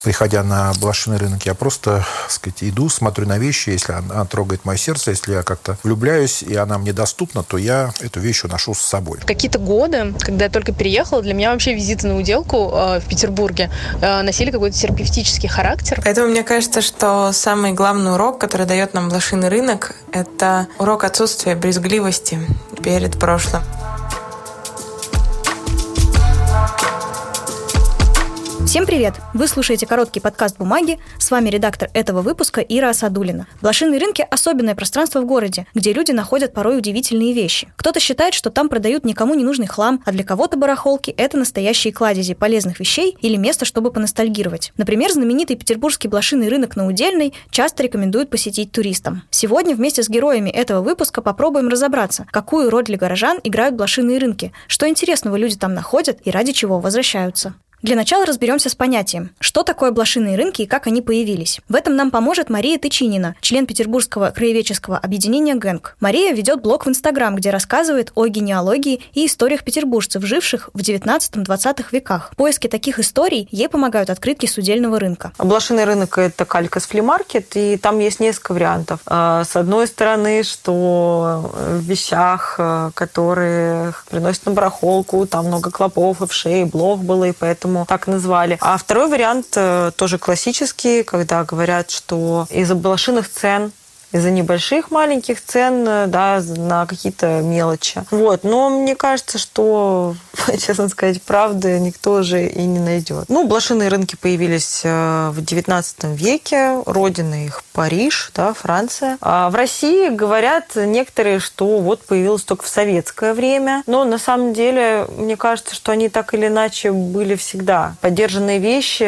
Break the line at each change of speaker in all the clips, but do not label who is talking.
Приходя на блошиный рынок, я просто, так сказать, иду, смотрю на вещи. Если она трогает мое сердце, если я как-то влюбляюсь, и она мне доступна, то я эту вещь уношу с собой.
В какие-то годы, когда я только переехала, для меня вообще визиты на Уделку в Петербурге носили какой-то терапевтический характер.
Поэтому мне кажется, что самый главный урок, который дает нам блошиный рынок, это урок отсутствия брезгливости перед прошлым.
Всем привет! Вы слушаете короткий подкаст «Бумаги». С вами редактор этого выпуска Ира Асадуллина. Блошиные рынки – особенное пространство в городе, где люди находят порой удивительные вещи. Кто-то считает, что там продают никому не нужный хлам, а для кого-то барахолки – это настоящие кладези полезных вещей или место, чтобы поностальгировать. Например, знаменитый петербургский блошиный рынок на Удельной часто рекомендуют посетить туристам. Сегодня вместе с героями этого выпуска попробуем разобраться, какую роль для горожан играют блошиные рынки, что интересного люди там находят и ради чего возвращаются. Для начала разберемся с понятием, что такое блошиные рынки и как они появились. В этом нам поможет Мария Тычинина, член Петербургского краеведческого объединения ГЭНК. Мария ведет блог в Инстаграм, где рассказывает о генеалогии и историях петербуржцев, живших в 19-20 веках. В поиске таких историй ей помогают открытки с удельного рынка.
Блошиный рынок – это калька с флимаркет, и там есть несколько вариантов. С одной стороны, что в вещах, которые приносят на барахолку, там много клопов, овшей, блох было, и поэтому так назвали. А второй вариант тоже классический, когда говорят, что из-за блошиных цен, из-за небольших маленьких цен, да, на какие-то мелочи. Вот. Но мне кажется, что, честно сказать, правды никто уже и не найдет. Блошиные рынки появились в XIX веке. Родина их Париж, да, Франция. А в России говорят некоторые, что вот появилось только в советское время. Но на самом деле, мне кажется, что они так или иначе были всегда. Подержанные вещи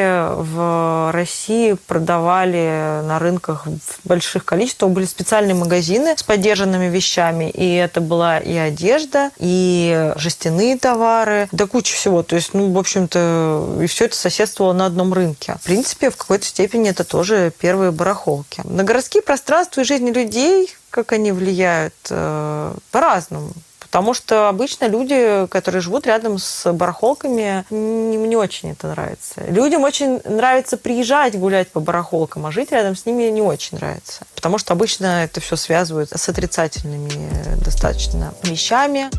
в России продавали на рынках в больших количествах. Были специальные магазины с подержанными вещами, и это была и одежда, и жестяные товары, да куча всего. То есть, в общем-то, и все это соседствовало на одном рынке. В принципе, в какой-то степени это тоже первые барахолки. На городские пространства и жизнь людей, как они влияют, по-разному. Потому что обычно люди, которые живут рядом с барахолками, им не очень это нравится. Людям очень нравится приезжать гулять по барахолкам, а жить рядом с ними не очень нравится. Потому что обычно это все связывают с отрицательными достаточно вещами.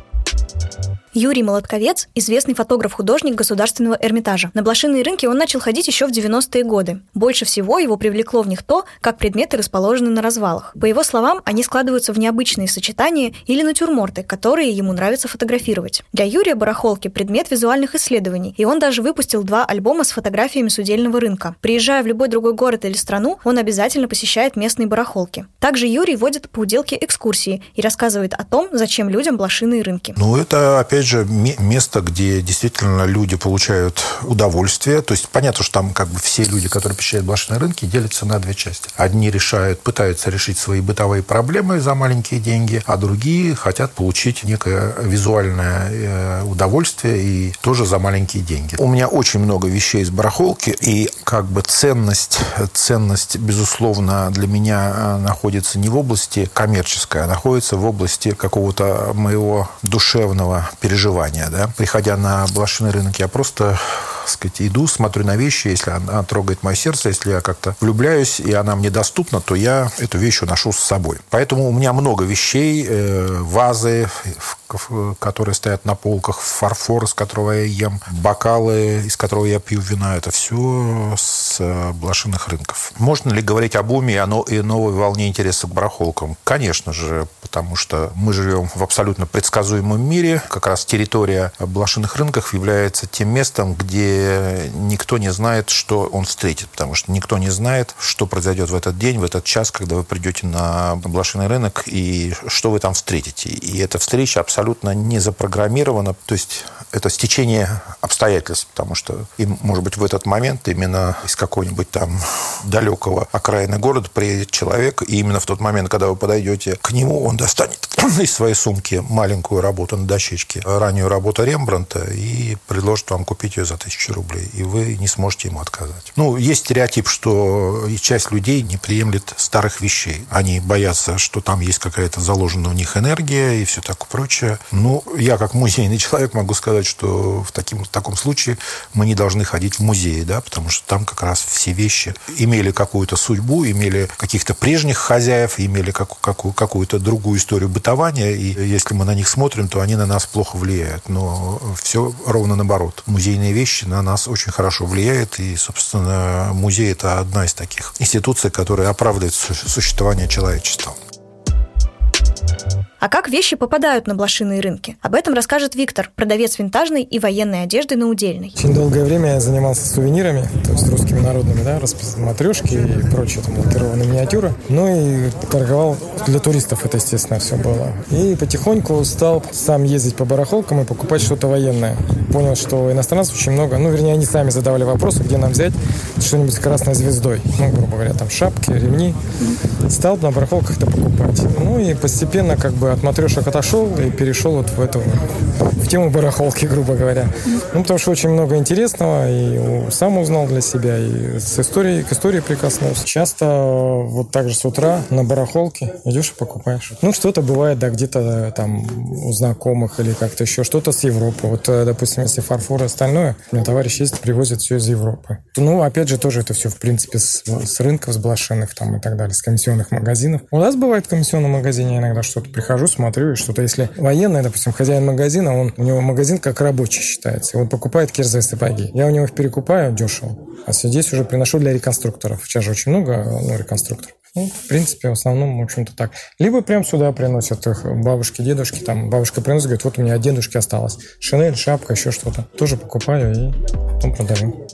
Юрий Молотковец – известный фотограф-художник Государственного Эрмитажа. На блошиные рынки он начал ходить еще в 90-е годы. Больше всего его привлекло в них то, как предметы расположены на развалах. По его словам, они складываются в необычные сочетания или натюрморты, которые ему нравится фотографировать. Для Юрия барахолки – предмет визуальных исследований, и он даже выпустил 2 альбома с фотографиями с удельного рынка. Приезжая в любой другой город или страну, он обязательно посещает местные барахолки. Также Юрий водит по Уделке экскурсии и рассказывает о том, зачем людям блошиные рынки.
Это, опять же, место, где действительно люди получают удовольствие. То есть понятно, что там все люди, которые посещают блошиные рынки, делятся на 2 части. Одни пытаются решить свои бытовые проблемы за маленькие деньги, а другие хотят получить некое визуальное удовольствие и тоже за маленькие деньги. У меня очень много вещей из барахолки, и ценность, безусловно, для меня находится не в области коммерческой, а находится в области какого-то моего душевного переживания. Да? Приходя на блошиный рынок, я просто, так сказать, иду, смотрю на вещи. Если она трогает мое сердце, если я как-то влюбляюсь, и она мне доступна, то я эту вещь уношу с собой. Поэтому у меня много вещей, вазы, которые стоят на полках, фарфор, из которого я ем, бокалы, из которого я пью вина. Это все с блошиных рынков. Можно ли говорить об уме и новой волне интереса к барахолкам? Конечно же, потому что мы живем в абсолютно предсказуемом мире. Как раз территория блошиных рынков является тем местом, где никто не знает, что он встретит. Потому что никто не знает, что произойдет в этот день, в этот час, когда вы придете на блошиный рынок, и что вы там встретите. И эта встреча абсолютно не запрограммирована. То есть это стечение обстоятельств, потому что, может быть, в этот момент именно из какого-нибудь там далекого окраины города приедет человек, и именно в тот момент, когда вы подойдете к нему, он достанет из своей сумки маленькую работу на дощечке, раннюю работу Рембрандта, и предложит вам купить ее за 1000 рублей, и вы не сможете ему отказать. Есть стереотип, что часть людей не приемлет старых вещей. Они боятся, что там есть какая-то заложенная у них энергия и все такое прочее. Я как музейный человек могу сказать, что в таком случае мы не должны ходить в музеи, да, потому что там как раз нас все вещи имели какую-то судьбу, имели каких-то прежних хозяев, имели какую-то другую историю бытования, и если мы на них смотрим, то они на нас плохо влияют. Но все ровно наоборот. Музейные вещи на нас очень хорошо влияют, и, собственно, музей – это одна из таких институций, которая оправдывает существование человечества.
А как вещи попадают на блошиные рынки? Об этом расскажет Виктор, продавец винтажной и военной одежды на Удельной.
Очень долгое время я занимался сувенирами, то есть русскими народными, матрешки и прочие лакированные миниатюры. Ну и торговал для туристов, это, естественно, все было. И потихоньку стал сам ездить по барахолкам и покупать что-то военное. Понял, что иностранцев очень много, они сами задавали вопросы, где нам взять что-нибудь с красной звездой. Грубо говоря, там шапки, ремни. Стал на барахолках это покупать. И постепенно от матрешек отошел и перешел в тему барахолки, грубо говоря. Потому что очень много интересного, и сам узнал для себя, и к истории прикоснулся. Часто так же с утра на барахолке идешь и покупаешь. Что-то бывает, где-то там у знакомых или как-то еще, что-то с Европы. Допустим, если фарфор и остальное, у меня товарищ есть, привозит все из Европы. Опять же, тоже это все, в принципе, с рынков, с блошиных там и так далее, с комиссионных магазинов. У нас бывает в комиссионном магазине иногда что-то прихожу, смотрю, и что-то, если военное, допустим, хозяин магазина, у него магазин как рабочий считается, и он покупает кирзовые сапоги. Я у него их перекупаю дешево, а здесь уже приношу для реконструкторов. Сейчас же очень много реконструкторов. В принципе, в основном, в общем-то, так. Либо прям сюда приносят их бабушки, дедушки. Там бабушка приносит, говорит, вот у меня от дедушки осталось. Шинель, шапка, еще что-то. Тоже покупаю и потом продаю.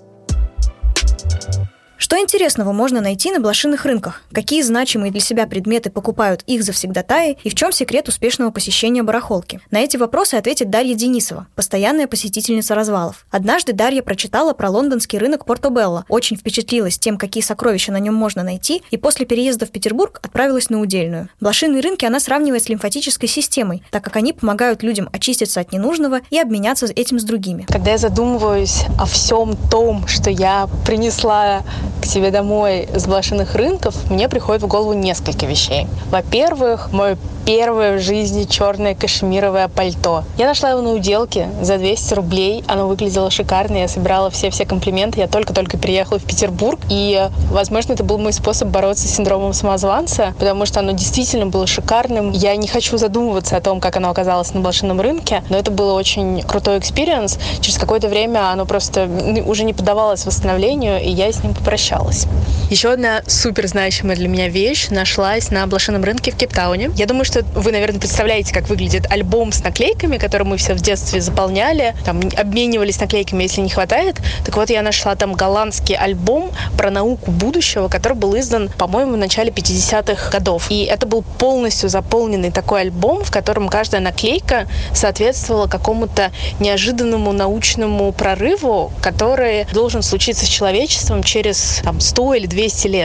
Что интересного можно найти на блошиных рынках? Какие значимые для себя предметы покупают их завсегдатаи и в чем секрет успешного посещения барахолки? На эти вопросы ответит Дарья Денисова, постоянная посетительница развалов. Однажды Дарья прочитала про лондонский рынок Портобелло, очень впечатлилась тем, какие сокровища на нем можно найти, и после переезда в Петербург отправилась на Удельную. Блошиные рынки она сравнивает с лимфатической системой, так как они помогают людям очиститься от ненужного и обменяться этим с другими.
Когда я задумываюсь о всем том, что я принесла к себе домой с блошиных рынков, мне приходит в голову несколько вещей. Во-первых, мое первое в жизни черное кашемировое пальто. Я нашла его на Уделке за 200 рублей. Оно выглядело шикарно. Я собирала все комплименты. Я только-только переехала в Петербург. И, возможно, это был мой способ бороться с синдромом самозванца, потому что оно действительно было шикарным. Я не хочу задумываться о том, как оно оказалось на блошином рынке, но это было очень крутой экспириенс. Через какое-то время оно просто уже не поддавалось восстановлению, и я с ним попрощалась. Еще одна супер значимая для меня вещь нашлась на блошином рынке в Кейптауне. Я думаю, что вы, наверное, представляете, как выглядит альбом с наклейками, который мы все в детстве заполняли, там обменивались наклейками, если не хватает. Так вот, я нашла там голландский альбом про науку будущего, который был издан, по-моему, в начале 50-х годов. И это был полностью заполненный такой альбом, в котором каждая наклейка соответствовала какому-то неожиданному научному прорыву, который должен случиться с человечеством через 100 или 200 лет.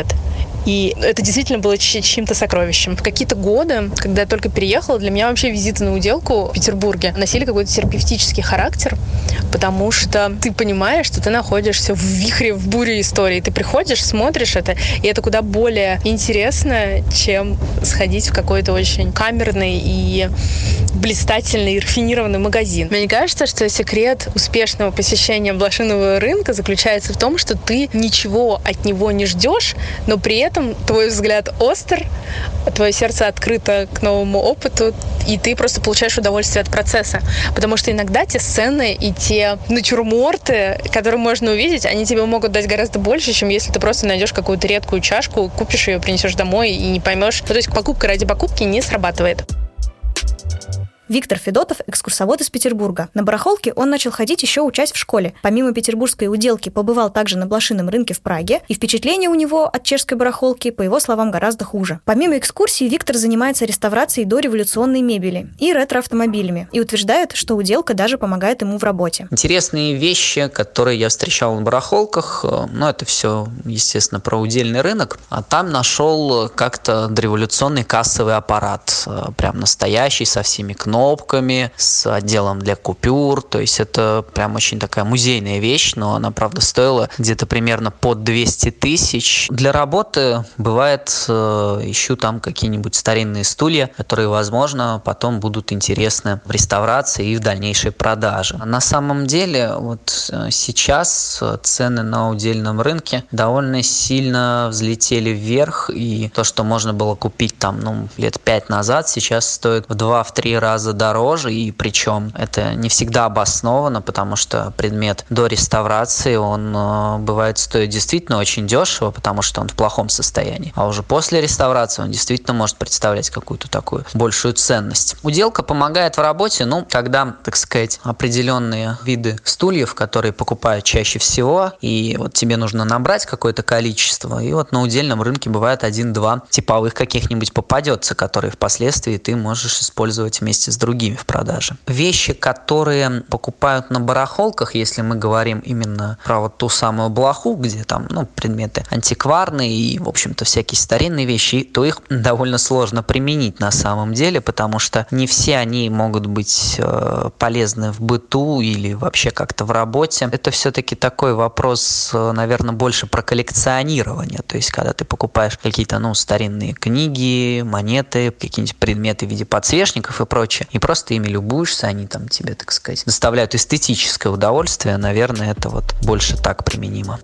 И это действительно было чьим-то сокровищем. В какие-то годы, когда я только переехала, для меня вообще визиты на Уделку в Петербурге носили какой-то терапевтический характер, потому что ты понимаешь, что ты находишься в вихре, в буре истории. Ты приходишь, смотришь это, и это куда более интересно, чем сходить в какой-то очень камерный и блистательный и рафинированный магазин. Мне кажется, что секрет успешного посещения блошиного рынка заключается в том, что ты ничего от него не ждешь, но при этом твой взгляд остр, твое сердце открыто к новому опыту, и ты просто получаешь удовольствие от процесса. Потому что иногда те сцены и те натюрморты, которые можно увидеть, они тебе могут дать гораздо больше, чем если ты просто найдешь какую-то редкую чашку, купишь ее, принесешь домой и не поймешь. То есть покупка ради покупки не срабатывает.
Виктор Федотов – экскурсовод из Петербурга. На барахолке он начал ходить еще учась в школе. Помимо петербургской Уделки, побывал также на блошином рынке в Праге, и впечатление у него от чешской барахолки, по его словам, гораздо хуже. Помимо экскурсий, Виктор занимается реставрацией дореволюционной мебели и ретро-автомобилями, и утверждает, что Уделка даже помогает ему в работе.
Интересные вещи, которые я встречал на барахолках, это все, естественно, про удельный рынок, а там нашел как-то дореволюционный кассовый аппарат, прям настоящий, со всеми кнопками, кнопками, с отделом для купюр. То есть это прям очень такая музейная вещь, но она, правда, стоила где-то примерно под 200 тысяч. Для работы бывает, ищу там какие-нибудь старинные стулья, которые, возможно, потом будут интересны в реставрации и в дальнейшей продаже. На самом деле, вот сейчас цены на удельном рынке довольно сильно взлетели вверх, и то, что можно было купить там, лет 5 назад, сейчас стоит в 2-3 раза дороже, и причем это не всегда обосновано, потому что предмет до реставрации, он бывает стоит действительно очень дешево, потому что он в плохом состоянии, а уже после реставрации он действительно может представлять какую-то такую большую ценность. Уделка помогает в работе, когда, так сказать, определенные виды стульев, которые покупают чаще всего, и вот тебе нужно набрать какое-то количество, и вот на удельном рынке бывает 1-2 типовых каких-нибудь попадется, которые впоследствии ты можешь использовать вместе с другими в продаже. Вещи, которые покупают на барахолках, если мы говорим именно про вот ту самую блоху, где там, предметы антикварные и, в общем-то, всякие старинные вещи, то их довольно сложно применить на самом деле, потому что не все они могут быть полезны в быту или вообще как-то в работе. Это все-таки такой вопрос, наверное, больше про коллекционирование. То есть, когда ты покупаешь какие-то, старинные книги, монеты, какие-нибудь предметы в виде подсвечников и прочее, и просто ими любуешься, они там тебе, так сказать, доставляют эстетическое удовольствие, наверное, это вот больше так применимо.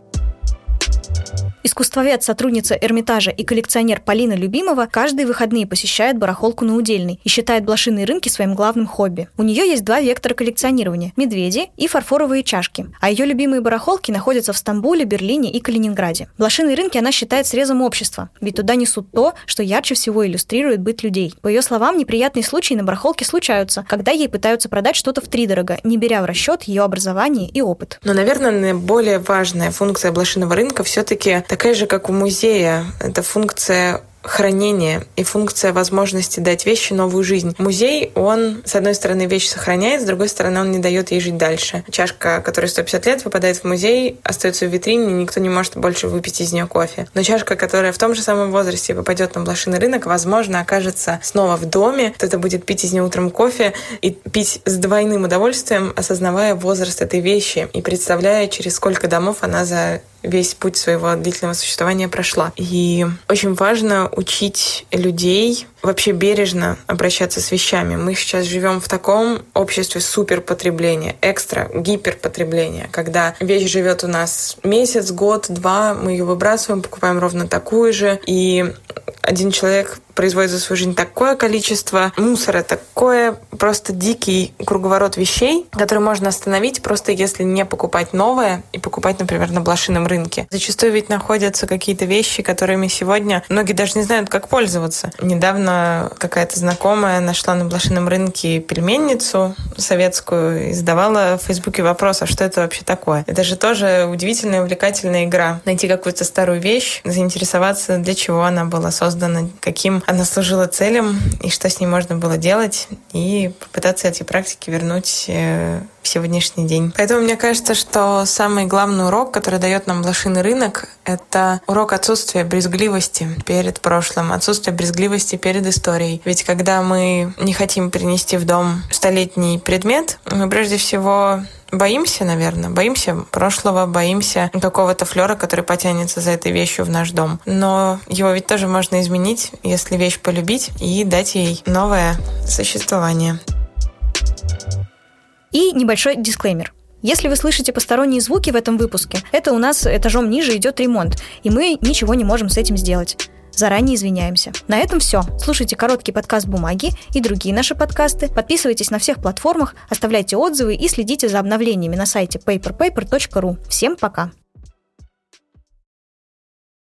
Искусствовед, сотрудница Эрмитажа и коллекционер Полина Любимова каждые выходные посещает барахолку на Удельной и считает блошиные рынки своим главным хобби. У нее есть 2 вектора коллекционирования – медведи и фарфоровые чашки. А ее любимые барахолки находятся в Стамбуле, Берлине и Калининграде. Блошиные рынки она считает срезом общества, ведь туда несут то, что ярче всего иллюстрирует быт людей. По ее словам, неприятные случаи на барахолке случаются, когда ей пытаются продать что-то втридорога, не беря в расчет ее образование и опыт.
Но, наверное, наиболее важная функция блошиного рынка все-таки такая же, как у музея. Это функция хранение и функция возможности дать вещи новую жизнь. Музей, он, с одной стороны, вещь сохраняет, с другой стороны, он не дает ей жить дальше. Чашка, которая 150 лет, попадает в музей, остается в витрине, никто не может больше выпить из нее кофе. Но чашка, которая в том же самом возрасте попадет на блошиный рынок, возможно, окажется снова в доме, кто-то будет пить из нее утром кофе и пить с двойным удовольствием, осознавая возраст этой вещи и представляя, через сколько домов она за весь путь своего длительного существования прошла. И очень важно учить людей вообще бережно обращаться с вещами. Мы сейчас живем в таком обществе суперпотребления, гиперпотребления, когда вещь живет у нас месяц, год, 2, мы ее выбрасываем, покупаем ровно такую же, и один человек производит за свою жизнь такое количество мусора, такое просто дикий круговорот вещей, который можно остановить просто если не покупать новое и покупать, например, на блошином рынке. Зачастую ведь находятся какие-то вещи, которыми сегодня многие даже не знают, как пользоваться. Недавно какая-то знакомая нашла на блошином рынке пельменницу советскую и задавала в Фейсбуке вопрос, а что это вообще такое? Это же тоже удивительная, увлекательная игра. Найти какую-то старую вещь, заинтересоваться, для чего она была создана, каким она служила целям и что с ней можно было делать, и попытаться эти практики вернуть в сегодняшний день. Поэтому мне кажется, что самый главный урок, который дает нам блошиный рынок, это урок отсутствия брезгливости перед прошлым, отсутствия брезгливости перед историей. Ведь когда мы не хотим принести в дом столетний предмет, мы прежде всего боимся, наверное, боимся прошлого, боимся какого-то флера, который потянется за этой вещью в наш дом. Но его ведь тоже можно изменить, если вещь полюбить и дать ей новое существование.
И небольшой дисклеймер. Если вы слышите посторонние звуки в этом выпуске, это у нас этажом ниже идет ремонт, и мы ничего не можем с этим сделать. Заранее извиняемся. На этом все. Слушайте короткий подкаст «Бумаги» и другие наши подкасты. Подписывайтесь на всех платформах, оставляйте отзывы и следите за обновлениями на сайте paperpaper.ru. Всем пока!